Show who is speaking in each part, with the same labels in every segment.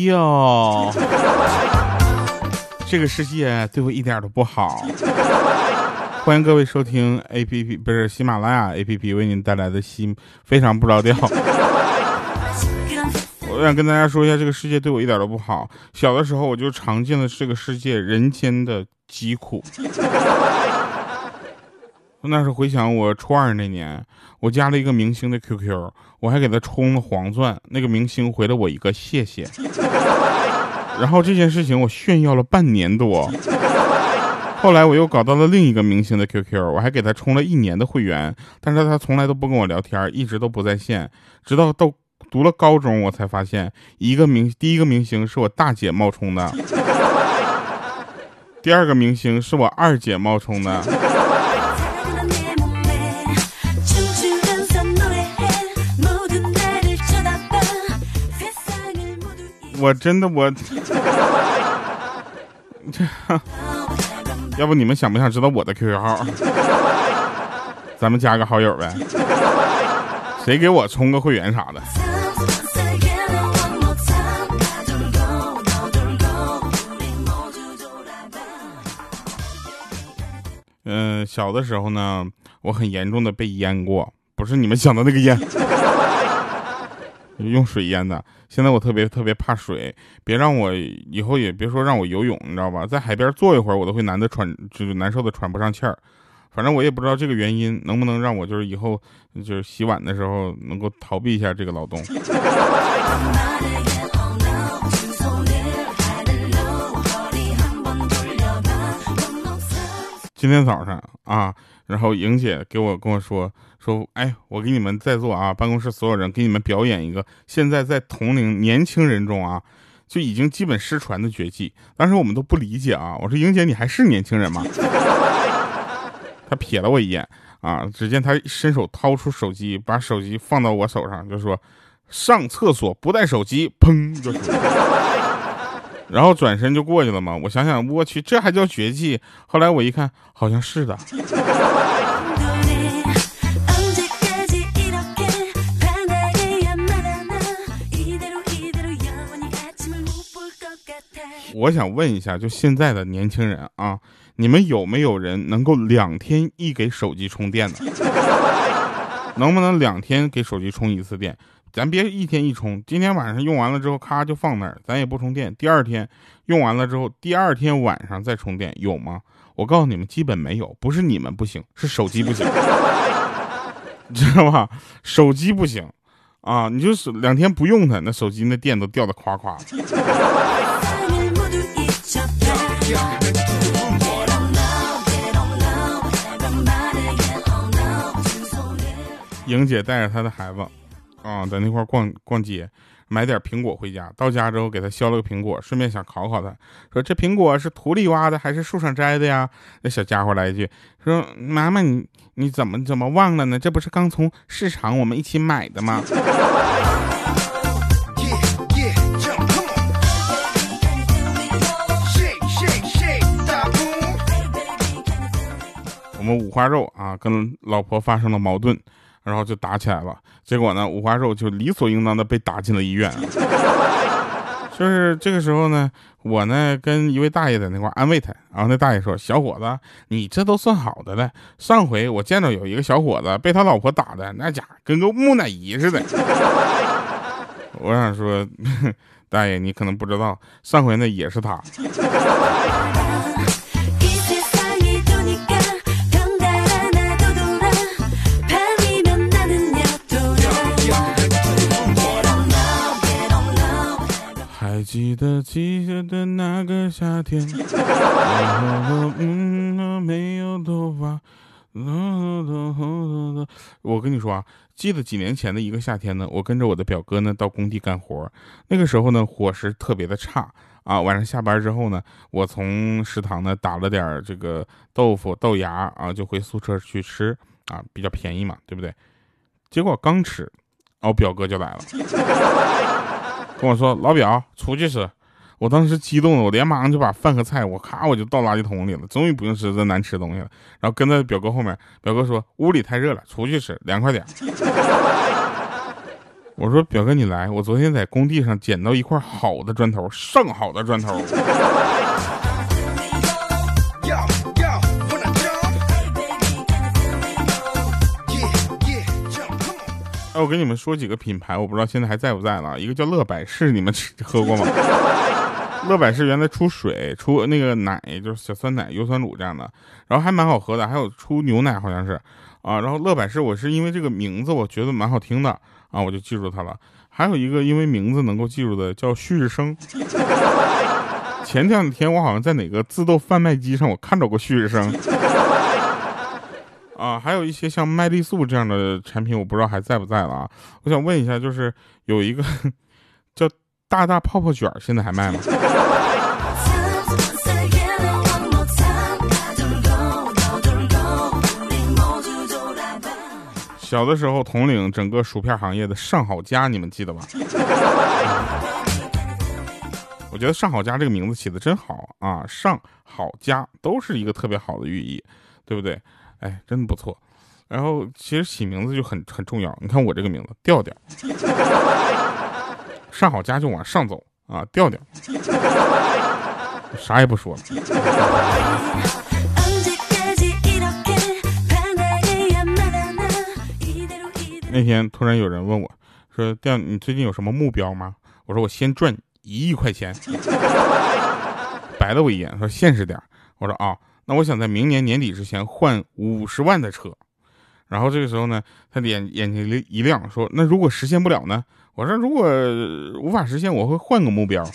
Speaker 1: 掉，这个世界对我一点都不好。欢迎各位收听 APP 不是喜马拉雅 APP 为您带来的非常不着调。我想跟大家说一下，这个世界对我一点都不好。小的时候我就尝尽了这个世界人间的疾苦。那是回想我初二那年，我加了一个明星的 QQ， 我还给他充了黄钻，那个明星回了我一个谢谢。然后这件事情我炫耀了半年多。后来我又搞到了另一个明星的 QQ， 我还给他充了1年的会员，但是他从来都不跟我聊天，一直都不在线，直到都读了高中我才发现，第一个明星是我大姐冒充的，第二个明星是我二姐冒充的。我真的要不你们想不想知道我的 QQ 号？咱们加个好友呗，谁给我充个会员啥的。小的时候呢，我很严重的被淹过，不是你们想的那个淹，用水淹的。现在我特别怕水，别让我以后也别说让我游泳，你知道吧？在海边坐一会儿，我都会难受的喘不上气儿。反正我也不知道这个原因能不能让我就是以后就是洗碗的时候能够逃避一下这个劳动。今天早上啊，然后莹姐跟我说，哎，我给你们在座啊，办公室所有人给你们表演一个现在在同龄年轻人中啊就已经基本失传的绝技。当时我们都不理解啊，我说莹姐你还是年轻人吗？她瞥了我一眼啊，只见她伸手掏出手机，把手机放到我手上，就说上厕所不带手机，砰就出来了。然后转身就过去了嘛。我想想，我去，这还叫绝技？后来我一看，好像是的。我想问一下，就现在的年轻人啊，你们有没有人能够2天一给手机充电的？能不能2天给手机充1次电？咱别1天1充，今天晚上用完了之后咔就放那儿，咱也不充电。第二天用完了之后，第二天晚上再充电，有吗？我告诉你们，基本没有。不是你们不行，是手机不行，你知道吧？手机不行啊，你就是2天不用它，那手机那电都掉得夸夸的。莹姐带着她的孩子啊，在那块逛街，买点苹果回家。到家之后给他削了个苹果，顺便想考他，说这苹果是土里挖的还是树上摘的呀？那小家伙来一句说：“妈妈，你怎么忘了呢？这不是刚从市场我们一起买的吗？”我们五花肉啊，跟老婆发生了矛盾。然后就打起来了，结果呢，五花肉就理所应当的被打进了医院。就是这个时候呢，我呢跟一位大爷在那块安慰他，然后那大爷说：“小伙子，你这都算好的了。上回我见到有一个小伙子被他老婆打的那家跟个木乃伊似的。”我想说，大爷你可能不知道，上回那也是他。还记得的那个夏天，没有头发。我跟你说啊，记得几年前的一个夏天呢，我跟着我的表哥呢到工地干活。那个时候呢，伙食特别的差啊。晚上下班之后呢，我从食堂呢打了点这个豆腐豆芽啊，就回宿舍去吃啊，比较便宜嘛，对不对？结果刚吃，我表哥就来了。跟我说：“老表，出去吃。”我当时激动了，我连忙就把饭和菜我就倒垃圾桶里了，终于不用吃这难吃的东西了。然后跟在表哥后面，表哥说：“屋里太热了，出去吃，凉快点。” 我说表哥你来，我昨天在工地上捡到一块好的砖头，上好的砖头。哎，我跟你们说几个品牌，我不知道现在还在不在了。一个叫乐百氏，你们喝过吗？乐百氏原来出水，出那个奶，就是小酸奶、优酸乳这样的，然后还蛮好喝的，还有出牛奶好像是啊。然后乐百氏我是因为这个名字我觉得蛮好听的啊，我就记住它了。还有一个因为名字能够记住的叫旭日升。前两天我好像在哪个自动贩卖机上我看到过旭日升。啊，还有一些像麦丽素这样的产品，我不知道还在不在了啊。我想问一下，就是有一个叫大大泡泡卷，现在还卖吗？小的时候统领整个薯片行业的上好佳，你们记得吧？我觉得上好佳这个名字起的真好啊，上好佳都是一个特别好的寓意，对不对？哎，真的不错。然后其实起名字就很重要。你看我这个名字调调，上好佳就往上走啊，调调，啥也不说了。那天突然有人问我说：“调，你最近有什么目标吗？”我说：“我先赚1亿块钱。”白了我一眼，说：“现实点。”我说：“啊。”那我想在明年年底之前换50万的车。然后这个时候呢，他眼睛一亮，说：“那如果实现不了呢？”我说：“如果无法实现，我会换个目标。”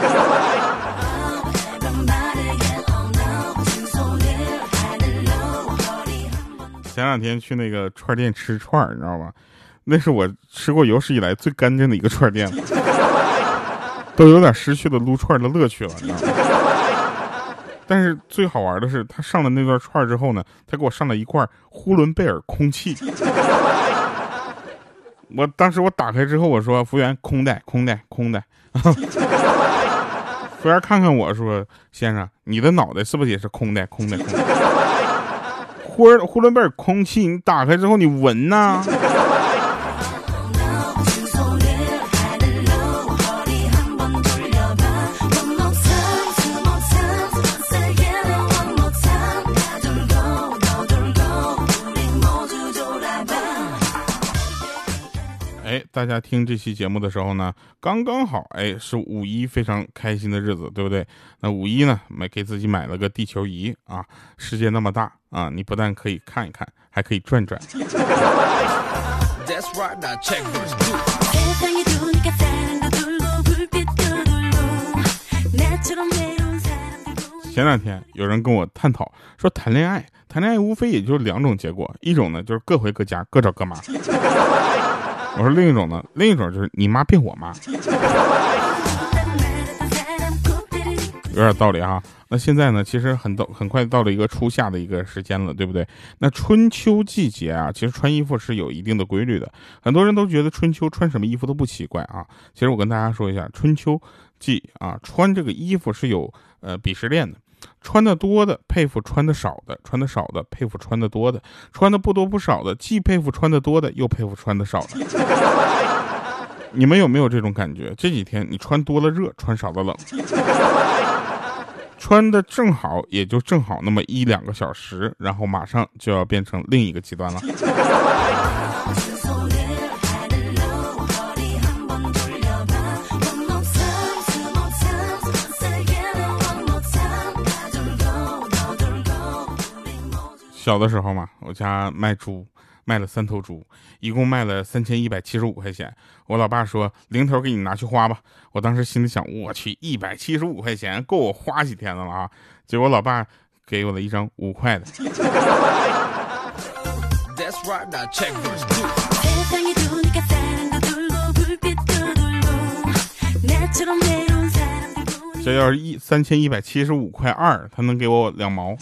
Speaker 1: 前两天去那个串店吃串，你知道吗？那是我吃过有史以来最干净的一个串店了，都有点失去了撸串的乐趣了，你知道吗？但是最好玩的是，他上了那段串之后呢，他给我上了一块呼伦贝尔空气。当时我打开之后，我说：“服务员，空袋。”服务员看看我说：“先生，你的脑袋是不是也是空袋？呼伦贝尔空气，你打开之后你闻呐。”哎，大家听这期节目的时候呢，刚刚好，哎，是5·1非常开心的日子，对不对？那5·1呢，给自己买了个地球仪啊，世界那么大啊，你不但可以看一看，还可以转转。前两天有人跟我探讨说，谈恋爱无非也就是2种结果，一种呢就是各回各家，各找各妈。我说另一种呢，就是你妈变我妈，有点道理哈。那现在呢，其实很快到了一个初夏的一个时间了，对不对？那春秋季节啊，其实穿衣服是有一定的规律的。很多人都觉得春秋穿什么衣服都不奇怪啊。其实我跟大家说一下，春秋季啊，穿这个衣服是有鄙视链的。穿的多的佩服穿的少的，穿的少的佩服穿的多的，穿的不多不少的既佩服穿的多的，又佩服穿的少的。你们有没有这种感觉？这几天你穿多了热，穿少了冷，穿的正好也就正好那么1-2个小时，然后马上就要变成另一个极端了。小的时候嘛，我家卖猪，卖了3头猪，一共卖了3175块钱。我老爸说零头给你拿去花吧。我当时心里想，我去，175块钱够我花几天的了啊！结果老爸给我了一张5块的。这要是3175块2，他能给我2毛。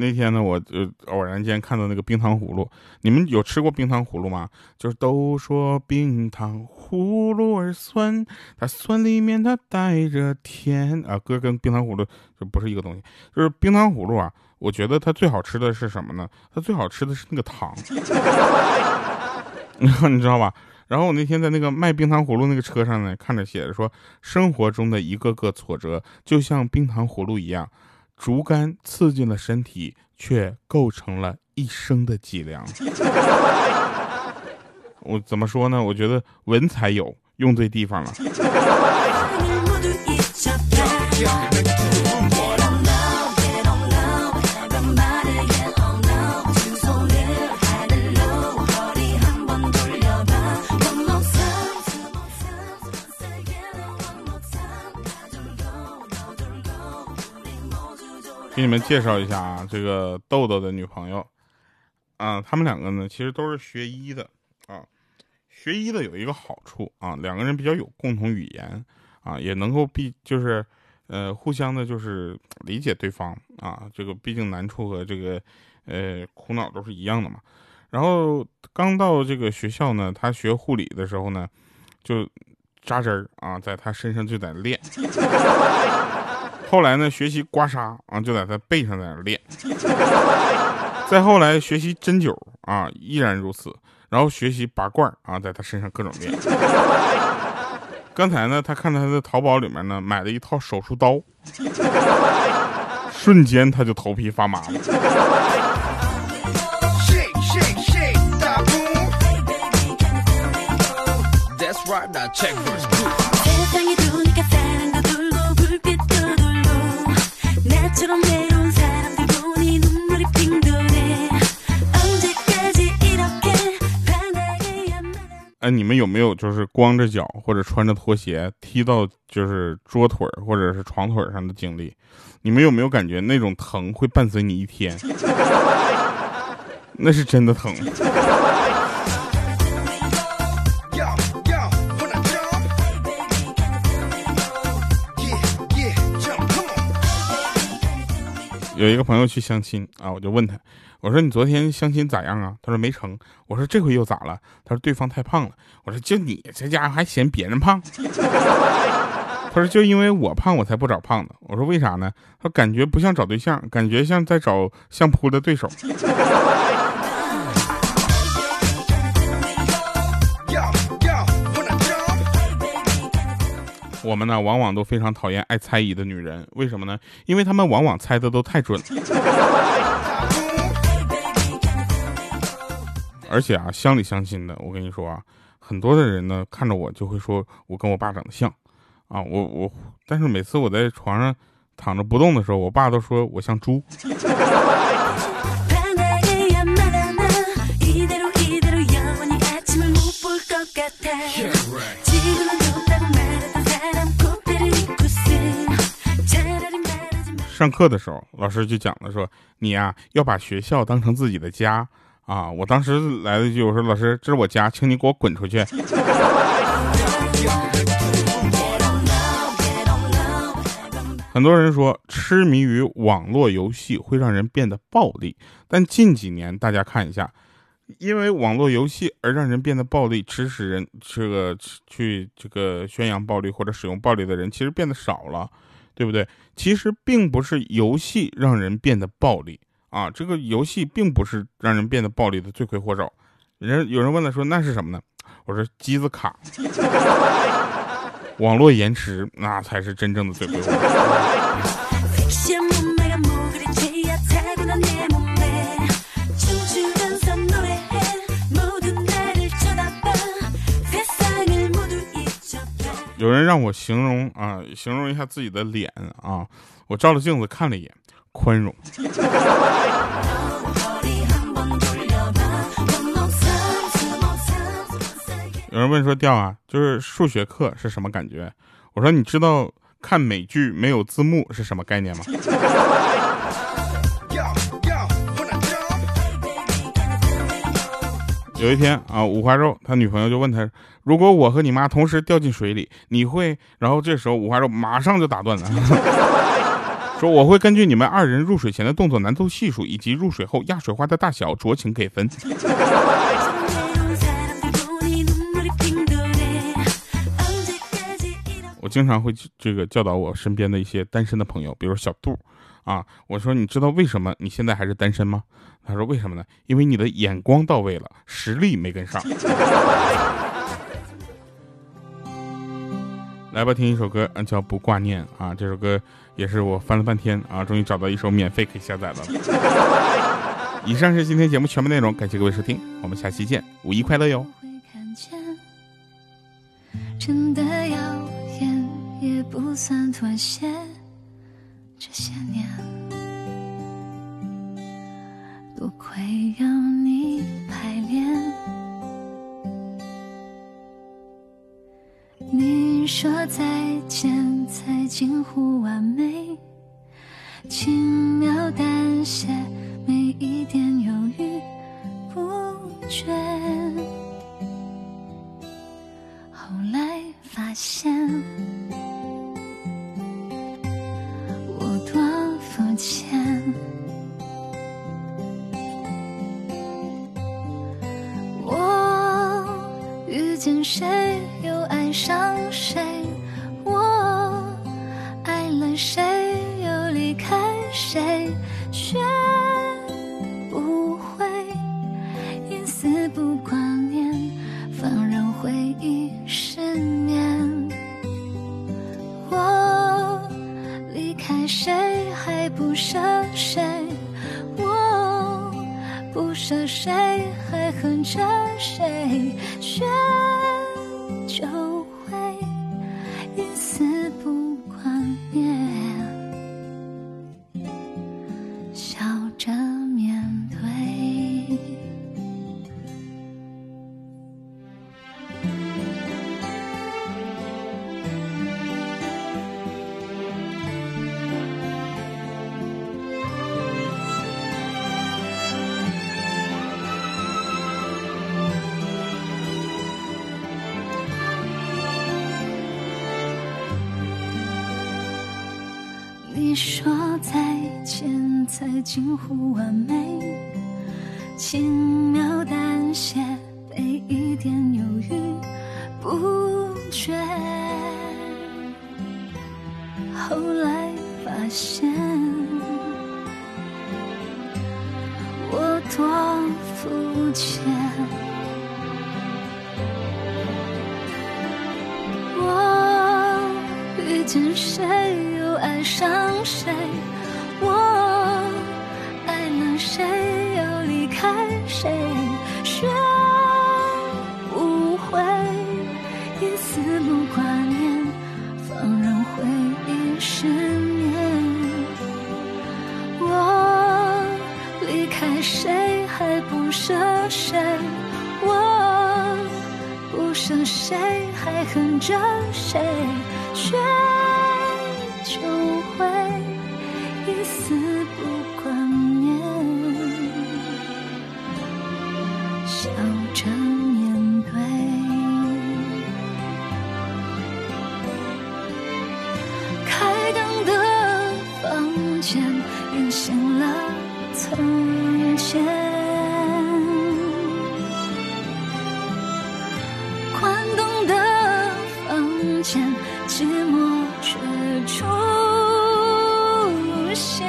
Speaker 1: 那天呢，我偶然间看到那个冰糖葫芦，你们有吃过冰糖葫芦吗？就是都说冰糖葫芦儿酸，它酸里面它带着甜啊，歌跟冰糖葫芦就不是一个东西。就是冰糖葫芦啊，我觉得它最好吃的是什么呢？它最好吃的是那个糖，你知道吧？然后我那天在那个卖冰糖葫芦那个车上呢，看着写着说，生活中的一个个挫折就像冰糖葫芦一样，竹竿刺进了身体，却构成了一生的脊梁。我怎么说呢？我觉得文采有，用对地方了。给你们介绍一下啊，这个豆豆的女朋友啊，他们两个呢其实都是学医的啊。学医的有一个好处啊，两个人比较有共同语言啊，也能够就是互相的就是理解对方啊。这个毕竟难处和这个苦恼都是一样的嘛。然后刚到这个学校呢，他学护理的时候呢，就扎针儿啊，在他身上就在练。后来呢，学习刮痧啊，就在他背上在那练。再后来学习针灸啊，依然如此。然后学习拔罐啊，在他身上各种练。刚才呢，他看到他的淘宝里面呢买了一套手术刀，瞬间他就头皮发麻了。你们有没有就是光着脚或者穿着拖鞋踢到就是桌腿或者是床腿上的经历？你们有没有感觉那种疼会伴随你一天？那是真的疼。有一个朋友去相亲啊，我就问他，我说你昨天相亲咋样啊？他说没成。我说这回又咋了？他说对方太胖了。我说就你这家伙还嫌别人胖？他说就因为我胖我才不找胖的。我说为啥呢？他说感觉不像找对象，感觉像在找相扑的对手。我们呢，往往都非常讨厌爱猜疑的女人，为什么呢？因为她们往往猜的都太准了。而且啊，乡里乡亲的，我跟你说啊，很多的人呢，看着我就会说我跟我爸长得像，啊，但是每次我在床上躺着不动的时候，我爸都说我像猪。上课的时候，老师就讲了说，你呀要把学校当成自己的家啊！我当时来了一句，我说老师，这是我家，请你给我滚出去。很多人说痴迷于网络游戏会让人变得暴力，但近几年大家看一下，因为网络游戏而让人变得暴力，指使人去宣扬暴力或者使用暴力的人其实变得少了，对不对？其实并不是游戏让人变得暴力啊，这个游戏并不是让人变得暴力的罪魁祸首。有人问了说那是什么呢？我说机子卡。网络延迟那才是真正的罪魁祸首。有人让我形容一下自己的脸啊，我照了镜子看了一眼，宽容。有人问说调啊，就是数学课是什么感觉？我说你知道看美剧没有字幕是什么概念吗？有一天啊，五花肉他女朋友就问他，如果我和你妈同时掉进水里，你会？然后这时候五花肉马上就打断了。 说我会根据你们2人入水前的动作难度系数以及入水后压水花的大小酌情给分。我经常会教导我身边的一些单身的朋友，比如小杜啊，我说你知道为什么你现在还是单身吗？他说为什么呢？因为你的眼光到位了，实力没跟上。来吧，听一首歌叫《不挂念》啊，这首歌也是我翻了半天啊，终于找到一首免费可以下载的了。以上是今天节目全部内容，感谢各位收听，我们下期见，5一快乐哟！
Speaker 2: 真的谣言也不算妥协，这些年多亏有你排练。你说再见才近乎完美，轻描淡写，没一点犹豫不决。后来发现我多肤浅，我遇见谁又爱上谁，我爱了谁又离开谁，学不会一丝不挂念，放任回忆失眠。我离开谁还不舍谁，我不舍谁还恨着谁，学就会一丝不挂念，笑着面对。你说再见才近乎完美，轻描淡写，被一点犹豫不决。后来发现我多肤浅，我遇见谁又爱上谁，我爱了谁又离开谁，学不会一丝不挂念，放任回忆失眠。我离开谁还不舍谁，我不舍谁还恨着谁，学就会一丝不挂念，笑着面对。开灯的房间映现了从前，宽洞的房间寂寞却出现。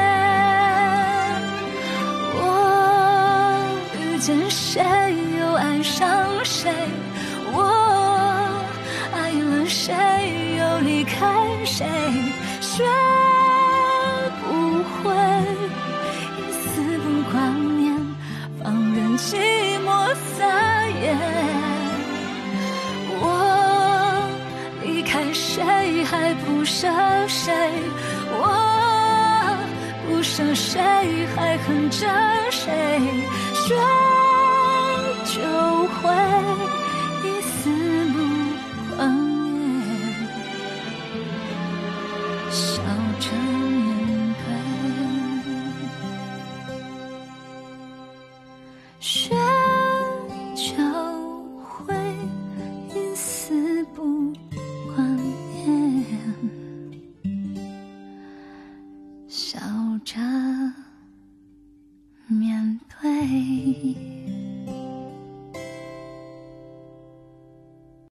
Speaker 2: 我遇见谁又爱上谁，我爱了谁又离开谁，学不会一丝不挂念，放任寂寞撒野。我离开谁还不舍谁，我不舍谁还恨着谁，说